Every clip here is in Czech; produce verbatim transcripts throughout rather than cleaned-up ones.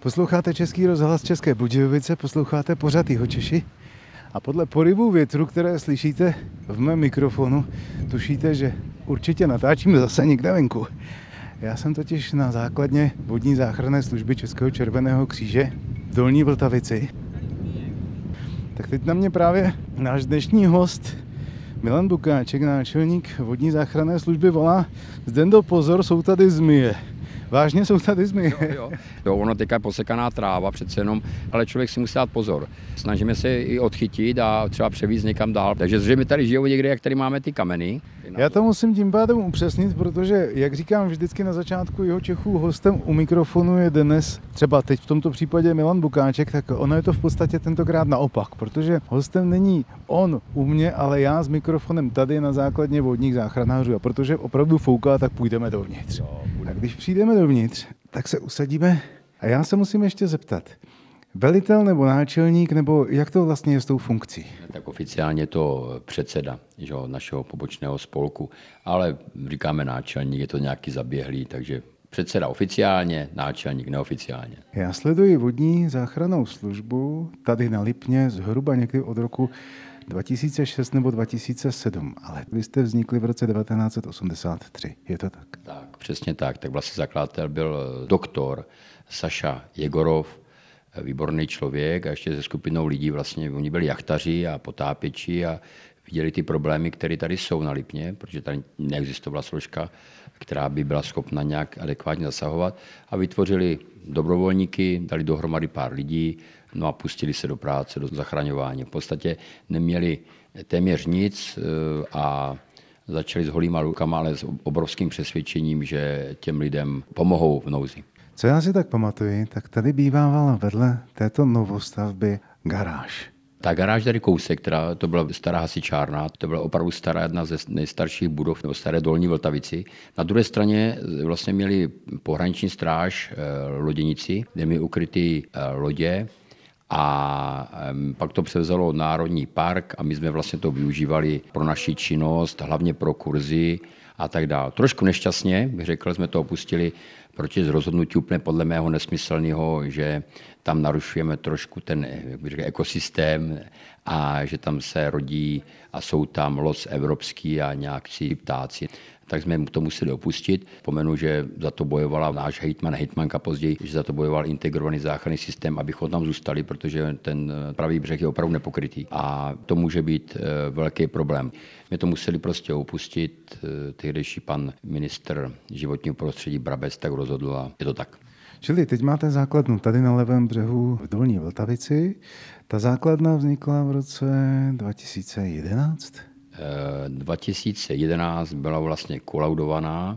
Posloucháte Český rozhlas České Budějovice, posloucháte pořad Jihočeši a podle poryvů větru, které slyšíte v mém mikrofonu, tušíte, že určitě natáčíme zase někde venku. Já jsem totiž na základně vodní záchranné služby Českého červeného kříže v Dolní Vltavici. Tak teď na mě právě náš dnešní host Milan Bukáček, náčelník vodní záchranné služby, volá: Zdendo, pozor, jsou tady zmije. Vážně jsou tady zmije? Jo, jo. jo, ono teďka je posekaná tráva přece jenom, ale člověk si musí dát pozor. Snažíme se i odchytit a třeba převízt někam dál. Takže zřejmě tady žijou někde, jak tady máme ty kameny. Já to musím tím pádem upřesnit, protože, jak říkám vždycky na začátku Jihočechů, hostem u mikrofonu je dnes, třeba teď v tomto případě Milan Bukáček, tak ono je to v podstatě tentokrát naopak, protože hostem není on u mě, ale já s mikrofonem tady na základně vodních záchranářů. A protože opravdu fouká, tak půjdeme dovnitř. A když přijdeme dovnitř, tak se usadíme a já se musím ještě zeptat. Velitel nebo náčelník, nebo jak to vlastně je s tou funkcí? Tak oficiálně je to předseda, že, našeho pobočného spolku, ale říkáme náčelník, je to nějaký zaběhlý, takže předseda oficiálně, náčelník neoficiálně. Já sleduji vodní záchrannou službu tady na Lipně zhruba někdy od roku dva tisíce šest nebo dva tisíce sedm, ale vy jste vznikli v roce devatenáct set osmdesát tři, je to tak? Tak, přesně tak. Tak vlastně zakladatel byl doktor Saša Jegorov, výborný člověk a ještě se skupinou lidí, vlastně oni byli jachtaři a potápěči a viděli ty problémy, které tady jsou na Lipně, protože tady neexistovala složka, která by byla schopna nějak adekvátně zasahovat, a vytvořili dobrovolníky, dali dohromady pár lidí, no a pustili se do práce, do zachraňování. V podstatě neměli téměř nic a začali s holýma rukama, ale s obrovským přesvědčením, že těm lidem pomohou v nouzi. Co já si tak pamatuju, tak tady bývávala vedle této novostavby garáž. Ta garáž tady kousek, která to byla stará hasičárna, to byla opravdu stará, jedna ze nejstarších budov nebo staré Dolní Vltavici. Na druhé straně vlastně měli pohraniční stráž loděnici, kde měli ukrytý lodě, a pak to převzalo Národní park a my jsme vlastně to využívali pro naši činnost, hlavně pro kurzy a tak dále. Trošku nešťastně, bych řekl, jsme to opustili, protože z rozhodnutí úplně podle mého nesmyslného, že tam narušujeme trošku ten, jak bych řekl, ekosystém a že tam se rodí a jsou tam los evropský a nějaký ptáci. Tak jsme to museli opustit. Pomenu, že za to bojovala náš hejtman, hejtmanka později, že za to bojoval integrovaný záchranný systém, abychom tam zůstali, protože ten pravý břeh je opravdu nepokrytý. A to může být velký problém. My to museli prostě opustit. Tehdejší pan ministr životního prostředí Brabec tak rozhodl a je to tak. Čili teď máte základnu tady na levém břehu v Dolní Vltavici. Ta základna vznikla v roce dva tisíce jedenáct? dva tisíce jedenáct byla vlastně kolaudovaná.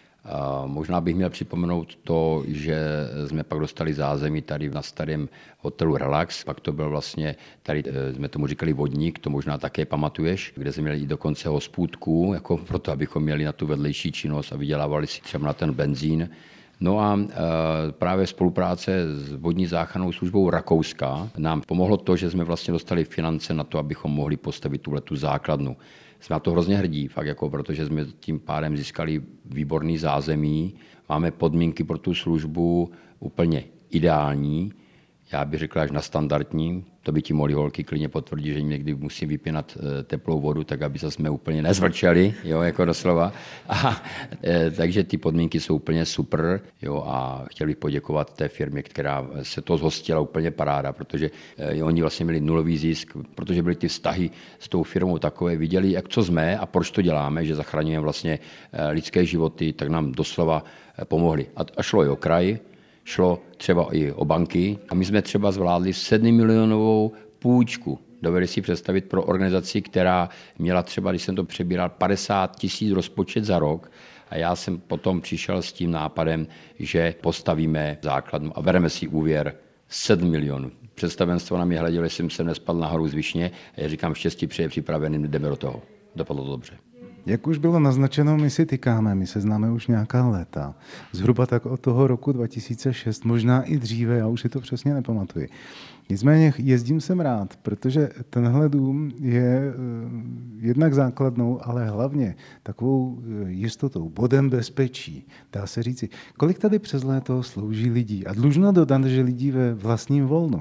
Možná bych měl připomenout to, že jsme pak dostali zázemí tady na starém hotelu Relax, pak to byl vlastně, tady jsme tomu říkali vodník, to možná také pamatuješ, kde jsme měli i dokonce hospůdku, jako proto, abychom měli na tu vedlejší činnost a vydělávali si třeba na ten benzín. No a e, právě spolupráce s vodní záchrannou službou Rakouska nám pomohlo to, že jsme vlastně dostali finance na to, abychom mohli postavit tuhletu základnu. Jsme na to hrozně hrdí, fakt jako, protože jsme tím pádem získali výborný zázemí, máme podmínky pro tu službu úplně ideální, já bych řekl až na standardní, to by ti mohli holky klidně potvrdit, že někdy musím vypínat teplou vodu, tak aby se jsme úplně nezvrčeli, jo, jako doslova. A, e, takže ty podmínky jsou úplně super, jo, a chtěl bych poděkovat té firmě, která se to zhostila úplně paráda, protože e, oni vlastně měli nulový zisk, protože byly ty vztahy s tou firmou takové, viděli, jak co jsme a proč to děláme, že zachraňujeme vlastně e, lidské životy, tak nám doslova e, pomohli. A, a šlo i o kraj, šlo třeba i o banky a my jsme třeba zvládli sedmimilionovou půjčku. Dovedli si představit pro organizaci, která měla třeba, když jsem to přebíral, padesát tisíc rozpočet za rok, a já jsem potom přišel s tím nápadem, že postavíme základnu a bereme si úvěr sedm milionů. Představenstvo na mě hledělo, jestli jsem se nespadl nahoru z višně a já říkám, štěstí přeje připraveným, jdeme do toho. Dopadlo to dobře. Jak už bylo naznačeno, my si tykáme, my se známe už nějaká léta. Zhruba tak od toho roku dva tisíce šest, možná i dříve, já už si to přesně nepamatuji. Nicméně jezdím sem rád, protože tenhle dům je jednak základnou, ale hlavně takovou jistotou, bodem bezpečí, dá se říci. Kolik tady přes léto slouží lidí? A dlužno dodat, že lidí ve vlastním volnu.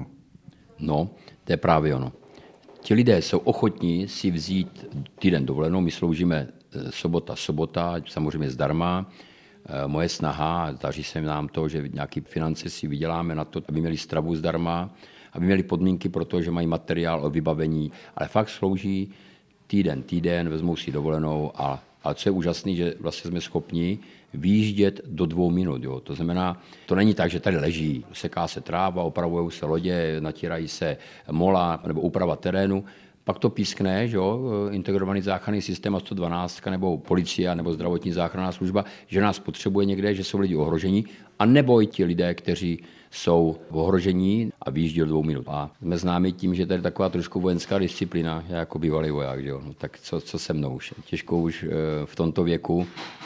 No, to je právě ono. Ti lidé jsou ochotní si vzít týden dovolenou, my sloužíme sobota, sobota, samozřejmě zdarma. Moje snaha, daří se nám to, že nějaké finance si vyděláme na to, aby měli stravu zdarma, aby měli podmínky pro to, že mají materiál o vybavení, ale fakt slouží týden, týden, vezmou si dovolenou a, a co je úžasné, že vlastně jsme schopni výjíždět do dvou minut. Jo. To znamená, to není tak, že tady leží, seká se tráva, opravují se lodě, natírají se mola nebo úprava terénu, pak to pískne, že jo, integrovaný záchranný systém a sto dvanáct nebo policie nebo zdravotní záchranná služba, že nás potřebuje někde, že jsou lidi ohrožení, a nebo i ti lidé, kteří jsou v ohrožení a výjíždí do dvou minut. A jsme známi tím, že tady je taková trošku vojenská disciplína, já jako bývalý voják, že jo, no, tak co, co se mnou už. Těžko už v tomto věku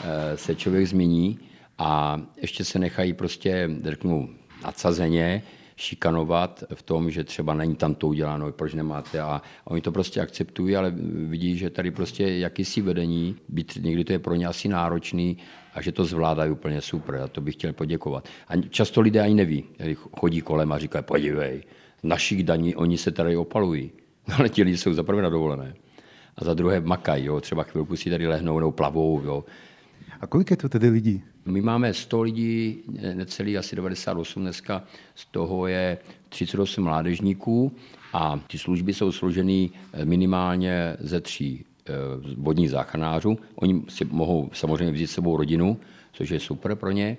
se člověk změní a ještě se nechají prostě, řeknu, nadsazeně šikanovat v tom, že třeba není tam to uděláno, proč nemáte, a oni to prostě akceptují, ale vidí, že tady prostě jakýsi vedení, byť někdy to je pro ně asi náročný a že to zvládají úplně super, a to bych chtěl poděkovat. A často lidé ani neví, chodí kolem a říkají, podívej, našich daní oni se tady opalují, ale ti lidi jsou za prvé na dovolené a za druhé makají, jo, třeba chvilku si tady lehnou nebo plavou, jo. A kolik je to tedy lidí? My máme sto lidí, necelý asi devadesát osm dneska, z toho je třicet osm mládežníků a ty služby jsou složeny minimálně ze tří vodních záchranářů. Oni si mohou samozřejmě vzít s sebou rodinu, což je super pro ně.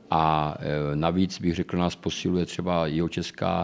A navíc bych řekl, nás posiluje třeba Jihočeská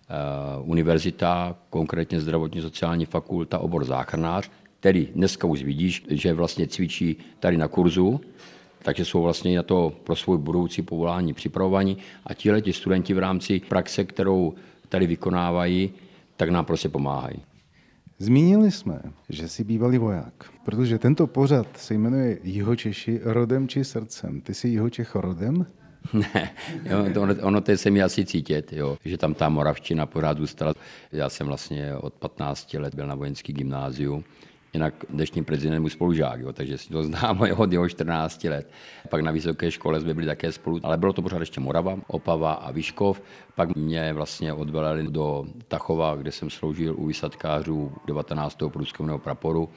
univerzita, konkrétně zdravotní sociální fakulta, obor záchranář, který dneska už vidíš, že vlastně cvičí tady na kurzu, takže jsou vlastně na to pro svůj budoucí povolání připravovaní a tihleti studenti v rámci praxe, kterou tady vykonávají, tak nám prostě pomáhají. Zmínili jsme, že jsi bývalý voják, protože tento pořad se jmenuje Jihočeši rodem či srdcem. Ty jsi Jihočech rodem? Ne, to, ono, ono to se mi asi cítit, jo, že tam ta moravština pořád zůstala. Já jsem vlastně od patnácti let byl na vojenský gymnáziu, jinak dnešní prezident můj spolužák, jo, takže si to znám od jeho čtrnácti let. Pak na vysoké škole jsme byli také spolu, ale bylo to pořád ještě Morava, Opava a Vyškov. Pak mě vlastně odveleli do Tachova, kde jsem sloužil u výsadkářů devatenáctého průzkumného praporu,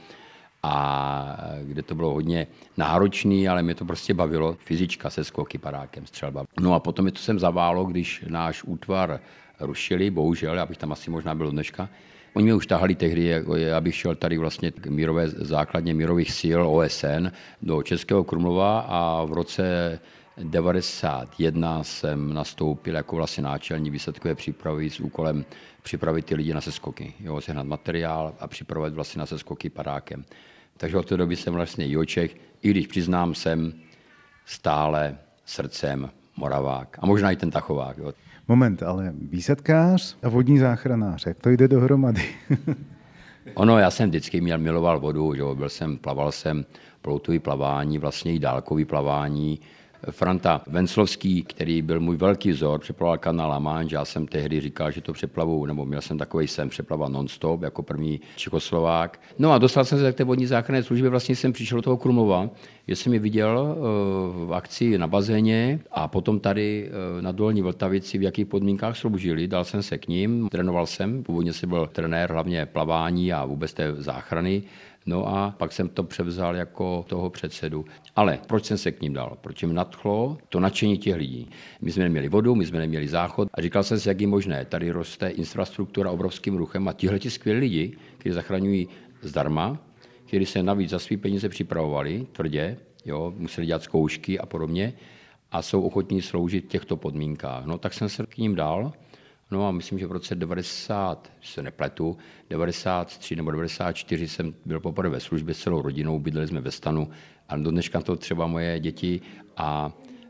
a kde to bylo hodně náročný, ale mě to prostě bavilo. Fyzička se skoky, padákem, střelba. No a potom je to sem zaválo, když náš útvar rušili, bohužel, já bych tam asi možná byl od dneška. Oni mě už tahali tehdy, abych šel tady vlastně k mírové základně mírových sil O S N do Českého Krumlova a v roce devadesát jedna jsem nastoupil jako vlastně náčelník výsadkové přípravy s úkolem připravit ty lidi na seskoky, jo, sehnat materiál a připravit vlastně na seskoky padákem. Takže od té doby jsem vlastně Jihočech, i když přiznám, jsem stále srdcem Moravák a možná i ten Tachovák. Jo. Moment, ale výsadkář a vodní záchranář, jak to jde dohromady? Ono, já jsem vždycky měl, miloval vodu, že jo, byl jsem, plaval jsem ploutový plavání, vlastně i dálkový plavání. Franta Venclovský, který byl můj velký vzor, přeplaval kanál La Manche, já jsem tehdy říkal, že to přeplavu, nebo měl jsem takový sen, přeplava non-stop, jako první Čechoslovák. No a dostal jsem se k té vodní záchranné službě, vlastně jsem přišel do toho Krumlova, že jsem je viděl v akci na bazéně a potom tady na Dolní Vltavici, v jakých podmínkách sloužili, dal jsem se k ním, trénoval jsem, původně jsem byl trenér hlavně plavání a vůbec té záchrany. No a pak jsem to převzal jako toho předsedu. Ale proč jsem se k ním dal? Proč mě nadchlo to nadšení těch lidí? My jsme neměli vodu, my jsme neměli záchod a říkal jsem si, jak je možné. Tady roste infrastruktura obrovským ruchem a tihleti skvělí lidi, kteří zachraňují zdarma, kteří se navíc za svý peníze připravovali tvrdě, jo, museli dělat zkoušky a podobně a jsou ochotní sloužit v těchto podmínkách. No tak jsem se k ním dal. No a myslím, že v roce devadesát, se nepletu, devadesát tři nebo devadesát čtyři jsem byl poprvé ve službě s celou rodinou, bydleli jsme ve stanu a do dneška to třeba moje děti a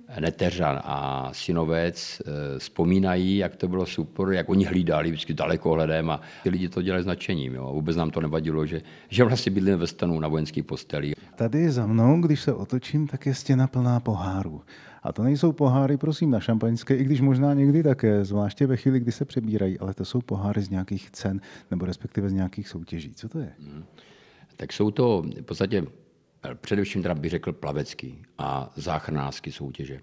neteřan a synovec vzpomínají, jak to bylo super, jak oni hlídali vždycky dalekohledem a ty lidi to dělali s nadšením. Jo. Vůbec nám to nevadilo, že, že vlastně bydlíme ve stanu na vojenský posteli. Tady za mnou, když se otočím, tak je stěna plná pohárů. A to nejsou poháry, prosím, na šampaňské, i když možná někdy také, zvláště ve chvíli, kdy se přebírají, ale to jsou poháry z nějakých cen nebo respektive z nějakých soutěží. Co to je? Hmm. Tak jsou to v podstatě především teda bych řekl plavecký a záchranářský soutěže.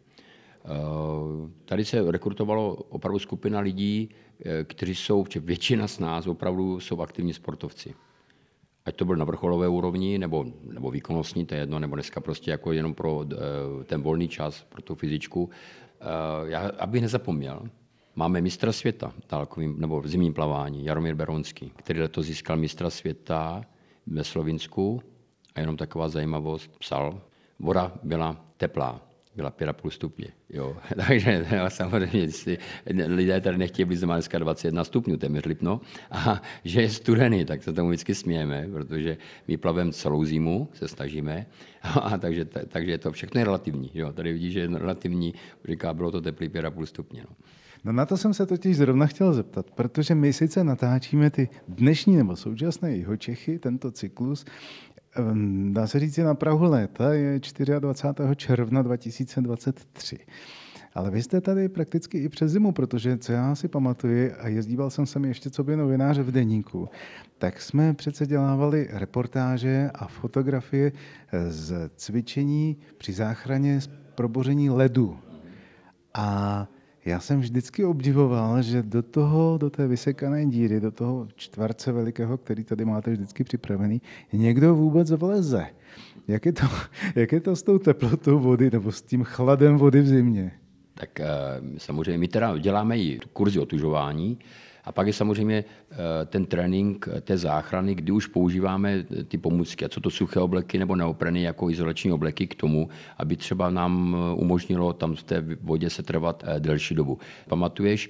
Tady se rekrutovalo opravdu skupina lidí, kteří jsou, většina z nás opravdu jsou aktivní sportovci. Ať to byl na vrcholové úrovni, nebo, nebo výkonnostní, to je jedno, nebo dneska prostě jako jenom pro ten volný čas, pro tu fyzičku. Já, abych nezapomněl, máme mistra světa dálkovým, nebo v zimním plavání, Jaromír Berounský, který letos získal mistra světa ve Slovinsku. A jenom taková zajímavost, psal, voda byla teplá, byla pět a půl stupně. Jo. Takže samozřejmě si, lidé tady nechtějí být zima dneska dvacet jedna stupňů, téměř Lipno, a že je studený, tak se tomu vždycky smějeme, protože my plaveme celou zimu, se snažíme, a takže, takže je to všechno je relativní. Jo. Tady vidíš, že je relativní, říká, bylo to teplý pět a půl stupně. No. No na to jsem se totiž zrovna chtěl zeptat, protože my sice natáčíme ty dnešní nebo současné Jihočechy, tento cyklus, dá se říct, na prahu léta, je dvacátého čtvrtého června dva tisíce dvacet tři. Ale vy jste tady prakticky i přes zimu, protože co já si pamatuju, a jezdíval jsem sem ještě coby novinář v deníku, tak jsme přece dělávali reportáže a fotografie z cvičení při záchraně z proboření ledu. A já jsem vždycky obdivoval, že do toho, do té vysekané díry, do toho čtverce velikého, který tady máte vždycky připravený, někdo vůbec vleze. Jak je to, jak je to s tou teplotou vody nebo s tím chladem vody v zimě? Tak samozřejmě my teda děláme i kurzy otužování a pak je samozřejmě ten trénink té záchrany, kdy už používáme ty pomůcky, a co to suché obleky nebo neopreny jako izolační obleky k tomu, aby třeba nám umožnilo tam v té vodě se trvat delší dobu. Pamatuješ,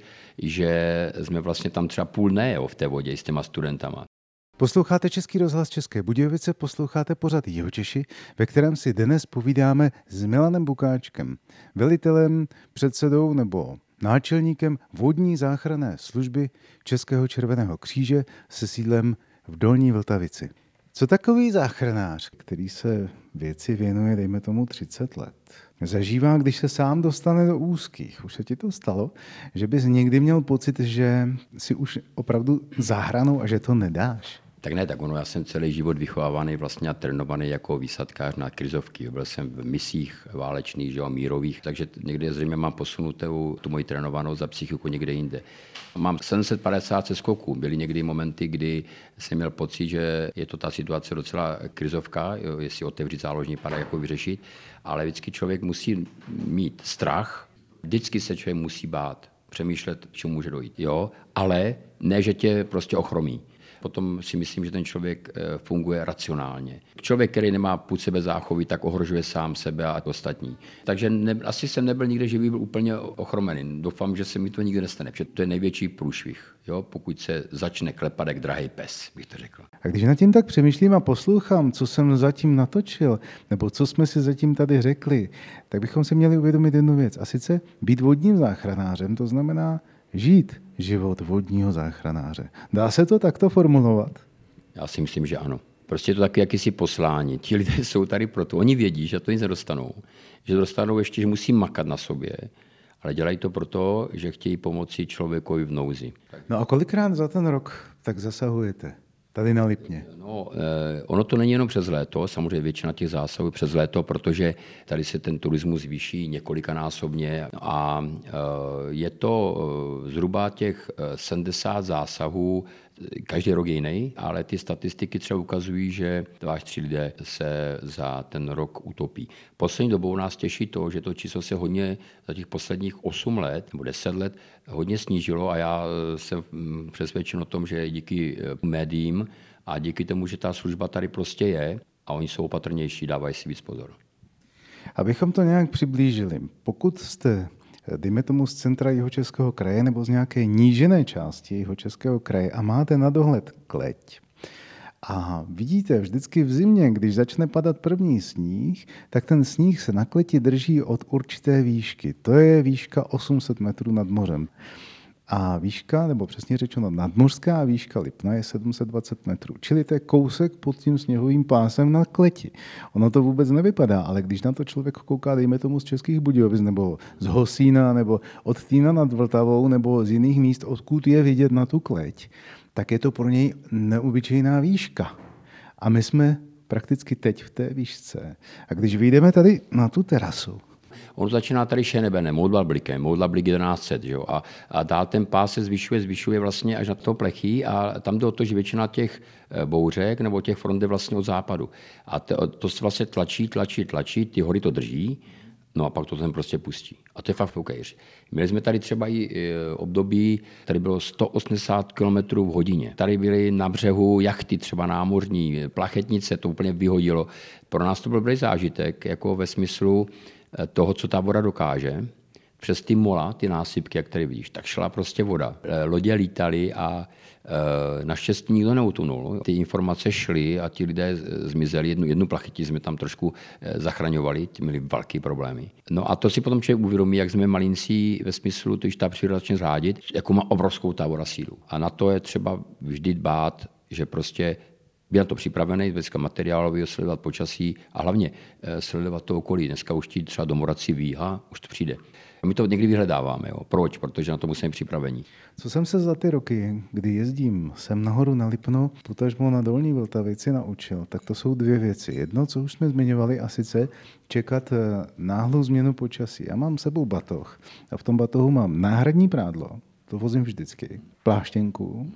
že jsme vlastně tam třeba půl dne jo, v té vodě s těma studentama. Posloucháte Český rozhlas České Budějovice, posloucháte pořad Jihočeši, ve kterém si dnes povídáme s Milanem Bukáčkem, velitelem, předsedou nebo náčelníkem vodní záchranné služby Českého červeného kříže se sídlem v Dolní Vltavici. Co takový záchranář, který se věci věnuje, dejme tomu třicet let, zažívá, když se sám dostane do úzkých? Už se ti to stalo, že bys někdy měl pocit, že si už opravdu záhranou a že to nedáš? Tak ne, tak ono, já jsem celý život vychovávaný vlastně a trénovaný jako výsadkář na krizovky. Byl jsem v misích válečných, že jo, mírových, takže někde zřejmě mám posunutou tu moji trénovanou za psychiku někde jinde. Mám sedm set padesát seskoků. Byly někdy momenty, kdy jsem měl pocit, že je to ta situace docela krizovka, jo, jestli otevřít záložní pár, jako vyřešit, ale vždycky člověk musí mít strach, vždycky se člověk musí bát, přemýšlet, k čemu může dojít, jo, ale ne, že tě prostě ochromí. Potom si myslím, že ten člověk funguje racionálně. Člověk, který nemá půd sebe záchovy, tak ohrožuje sám sebe a ostatní. Takže ne, asi jsem nebyl nikde živý, byl úplně ochromený. Doufám, že se mi to nikdy nestane, protože to je největší průšvih, jo? Pokud se začne klepat jak drahý pes, bych to řekl. A když nad tím tak přemýšlím a poslouchám, co jsem zatím natočil, nebo co jsme si zatím tady řekli, tak bychom si měli uvědomit jednu věc. A sice být vodním záchranářem, to znamená žít život vodního záchranáře. Dá se to takto formulovat? Já si myslím, že ano. Prostě je to taky jakýsi poslání. Ti lidé jsou tady proto. Oni vědí, že to nic nedostanou. Že dostanou ještě, že musí makat na sobě. Ale dělají to proto, že chtějí pomoci člověkovi v nouzi. No a kolikrát za ten rok tak zasahujete? Tady na Lipně. No, eh, ono to není jenom přes léto, samozřejmě většina těch zásahů přes léto, protože tady se ten turismus zvýší několikanásobně a eh, je to eh, zhruba těch sedmdesát zásahů, každý rok je jiný, ale ty statistiky třeba ukazují, že dva až tři lidé se za ten rok utopí. Poslední dobou nás těší to, že to číslo se hodně za těch posledních osm let nebo deset let hodně snížilo a já jsem přesvědčen o tom, že díky médiím a díky tomu, že ta služba tady prostě je a oni jsou opatrnější, dávají si víc pozor. Abychom to nějak přiblížili, pokud jste dejme tomu z centra Jihočeského kraje nebo z nějaké nížené části Jihočeského kraje a máte na dohled kleť A vidíte, vždycky v zimě, když začne padat první sníh, tak ten sníh se na kleti drží od určité výšky. To je výška osm set metrů nad mořem. A výška, nebo přesně řečeno nadmořská výška Lipna je sedm set dvacet metrů. Čili to je kousek pod tím sněhovým pásem na kleti. Ono to vůbec nevypadá, ale když na to člověk kouká, dejme tomu z Českých Budějovic, nebo z Hosína, nebo od Týna nad Vltavou, nebo z jiných míst, odkud je vidět na tu kleť, tak je to pro něj neobyčejná výška. A my jsme prakticky teď v té výšce. A když vyjdeme tady na tu terasu, On začíná tady Šenebenem, Moudlablikem, Moudlablik jedenáct set, jo? A, a dál ten pás se zvyšuje, zvyšuje vlastně až na to plechý a tam jde o to, že většina těch bouřek nebo těch front jde vlastně od západu. A to, to se vlastně tlačí, tlačí, tlačí, ty hory to drží, no a pak to ten prostě pustí. A to je fakt foukajíř. Měli jsme tady třeba i období, tady bylo sto osmdesát kilometrů v hodině. Tady byly na břehu jachty, třeba námořní, plachetnice, to úplně vyhodilo. Pro nás to byl dobrý zážitek, jako ve smyslu toho, co ta voda dokáže. Přes ty mola, ty násypky, jak tady vidíš, tak šla prostě voda. Lodě lítaly a e, naštěstí nikdo neutonul. Ty informace šly a ti lidé zmizeli. Jednu, jednu plachetí jsme tam trošku e, zachraňovali, ty měli velké problémy. No a to si potom člověk uvědomí, jak jsme malincí ve smyslu, když ta příroda začne řádit, jako má obrovskou ta voda sílu. A na to je třeba vždy dbát, že prostě byl to připravený, dneska materiálově sledovat počasí a hlavně sledovat to okolí. Dneska už ti třeba domoradci ví, a už to přijde. A my to někdy vyhledáváme. Jo. Proč? Protože na to musíme připravení. Co jsem se za ty roky, kdy jezdím sem nahoru na Lipno, potažmo na Dolní Vltavici naučil, tak to jsou dvě věci. Jedno, co už jsme zmiňovali, a sice čekat náhlou změnu počasí. Já mám s sebou batoh a v tom batohu mám náhradní prádlo, to vozím vždycky, pláštěnku,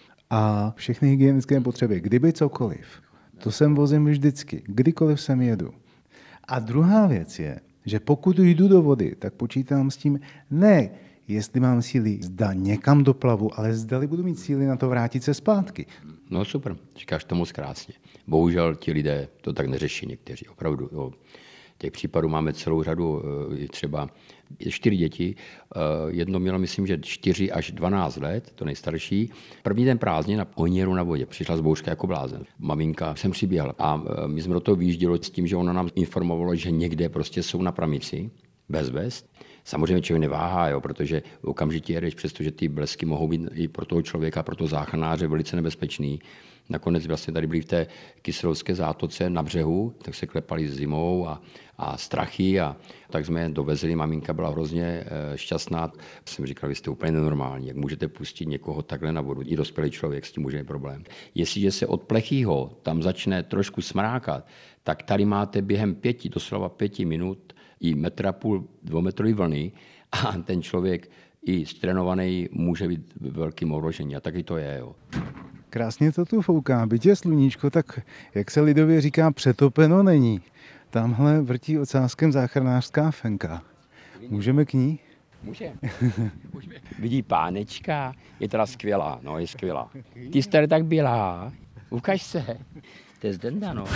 a všechny hygienické potřeby, kdyby cokoliv, to sem vozím vždycky, kdykoliv sem jedu. A druhá věc je, že pokud jdu do vody, tak počítám s tím, ne, jestli mám síly zda někam doplavu, ale zdali budu mít síly na to vrátit se zpátky. No super, říkáš to moc krásně. Bohužel ti lidé to tak neřeší někteří, opravdu. Jo. Těch případů máme celou řadu, třeba čtyři děti. Jedno mělo, myslím, že čtyři až dvanáct let, to nejstarší. První den prázdnin na Oněru na vodě. Přišla z bouřka jako blázen. Maminka jsem přiběhla. A my jsme do toho vyjížděli s tím, že ona nám informovalo, že někde prostě jsou na pramici, bez vest. Samozřejmě člověk neváhá, jo, protože okamžitě jedeš, přestože ty blesky mohou být i pro toho člověka, pro toho záchranáře velice nebezpečný. Nakonec vlastně tady byli v té Kyselovské zátoce na břehu, tak se klepali zimou a, a strachy a tak jsme je dovezli. Maminka byla hrozně e, šťastná. Jsem říkal, vy jste úplně nenormální, jak můžete pustit někoho takhle na vodu. I dospělý člověk s tím může mít problém. Jestliže se od plechýho tam začne trošku smrákat, tak tady máte během pěti, doslova pěti minut i metra půl, dvoumetrový vlny a ten člověk i strénovaný může být velkým ohrožení. A taky to je. Jo. Krásně to tu fouká. Byť je sluníčko, tak jak se lidově říká, přetopeno není. Tamhle vrtí ocáskem záchranářská fenka. Můžeme k ní? Můžeme. Můžeme. Vidí pánečka, je teda skvělá, no je skvělá. Ty jsi tady tak bělá, ukaž se. To je Zdenda, no.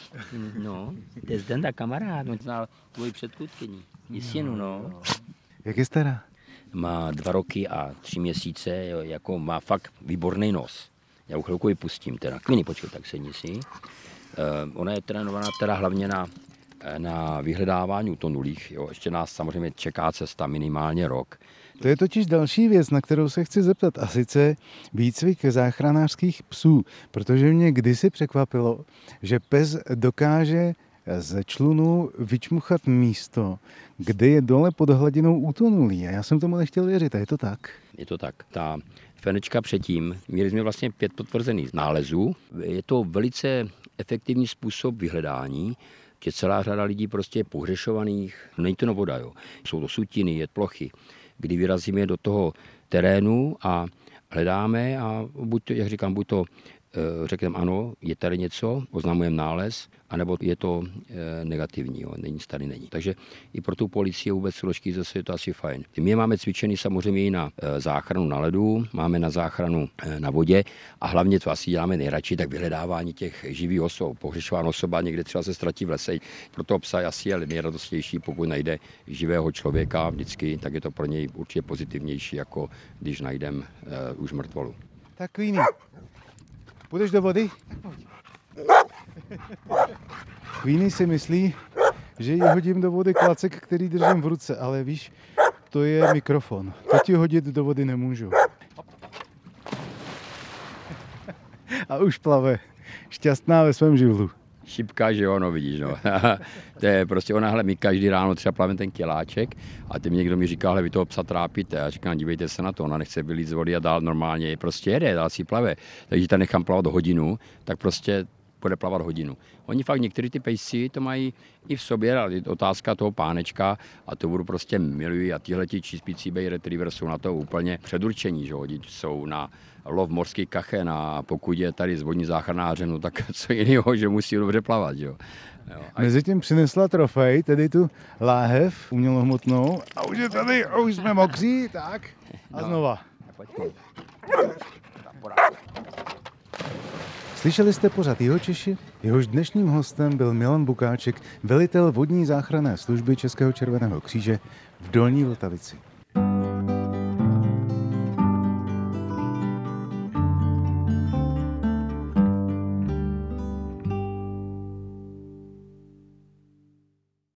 No, to je Zdenda, kamarád, on znal tvoji předchůdkyni. Jistinu, no. Jak je stará? Má dva roky a tři měsíce, jako má fakt výborný nos. Já už chvilku ji pustím teda. Klini, počkej, tak sedni si. Uh, ona je trénovaná teda hlavně na, na vyhledávání utonulých. Jo. Ještě nás samozřejmě čeká cesta minimálně rok. To je totiž další věc, na kterou se chci zeptat, a sice výcvik záchranářských psů, protože mě kdysi překvapilo, že pes dokáže ze člunu vyčmuchat místo, kde je dole pod hladinou utonulý. A já jsem tomu nechtěl věřit, a je to tak? Je to tak. Ta fenečka předtím, měli jsme vlastně pět potvrzených nálezů. Je to velice efektivní způsob vyhledání, že celá řada lidí prostě je pohřešovaných. Není to voda, jo. Jsou to sutiny, je plochy, kdy vyrazíme do toho terénu a hledáme a buď to, jak říkám, buď to řekneme ano, je tady něco, oznamujeme nález, anebo je to e, negativní, jo, nic tady není. Takže i pro tu policii vůbec složky zase je to asi fajn. My máme cvičený samozřejmě i na e, záchranu na ledu, máme na záchranu e, na vodě a hlavně to asi děláme nejradši, tak vyhledávání těch živých osob. Pohřešovaná osoba někde třeba se ztratí v lese. Pro toho psa je asi nejradostnější, pokud najde živého člověka vždycky, tak je to pro něj určitě pozitivnější, jako když najdeme e, už mrtvolu. Tak Klíny. Půjdeš do vody? Queenie si myslí, že jí hodím do vody klacek, který držím v ruce, ale víš, to je mikrofon. To ti hodit do vody nemůžu. A už plave. Šťastná ve svém živlu. Šipka, že jo, no vidíš, no. To je prostě ona, hele, my každý ráno třeba plaveme ten kiláček a ty mi někdo mi říká, hele, vy toho psa trápíte. A říkám, dívejte se na to, ona nechce vylít z vody a dál normálně, prostě jede, dál si plave. Takže ta nechám plavat hodinu, tak prostě bude plavat hodinu. Oni fakt některý ty pejsci to mají i v sobě, ale je otázka toho pánečka a to budu prostě milují a tihleti Chesapeake Bay Retriever jsou na to úplně předurčení, že oni jsou na lov morský kachen a pokud je tady z vodní záchranáře, no tak co jiného, že musí dobře plavat, jo. Jo. A Mezitím přinesla trofej, tedy tu láhev umělohmotnou a už je tady, a už jsme mokří, tak a No. znova. Slyšeli jste pořad Jihočeši? Jehož dnešním hostem byl Milan Bukáček, velitel vodní záchranné služby Českého červeného kříže v Dolní Vltavici.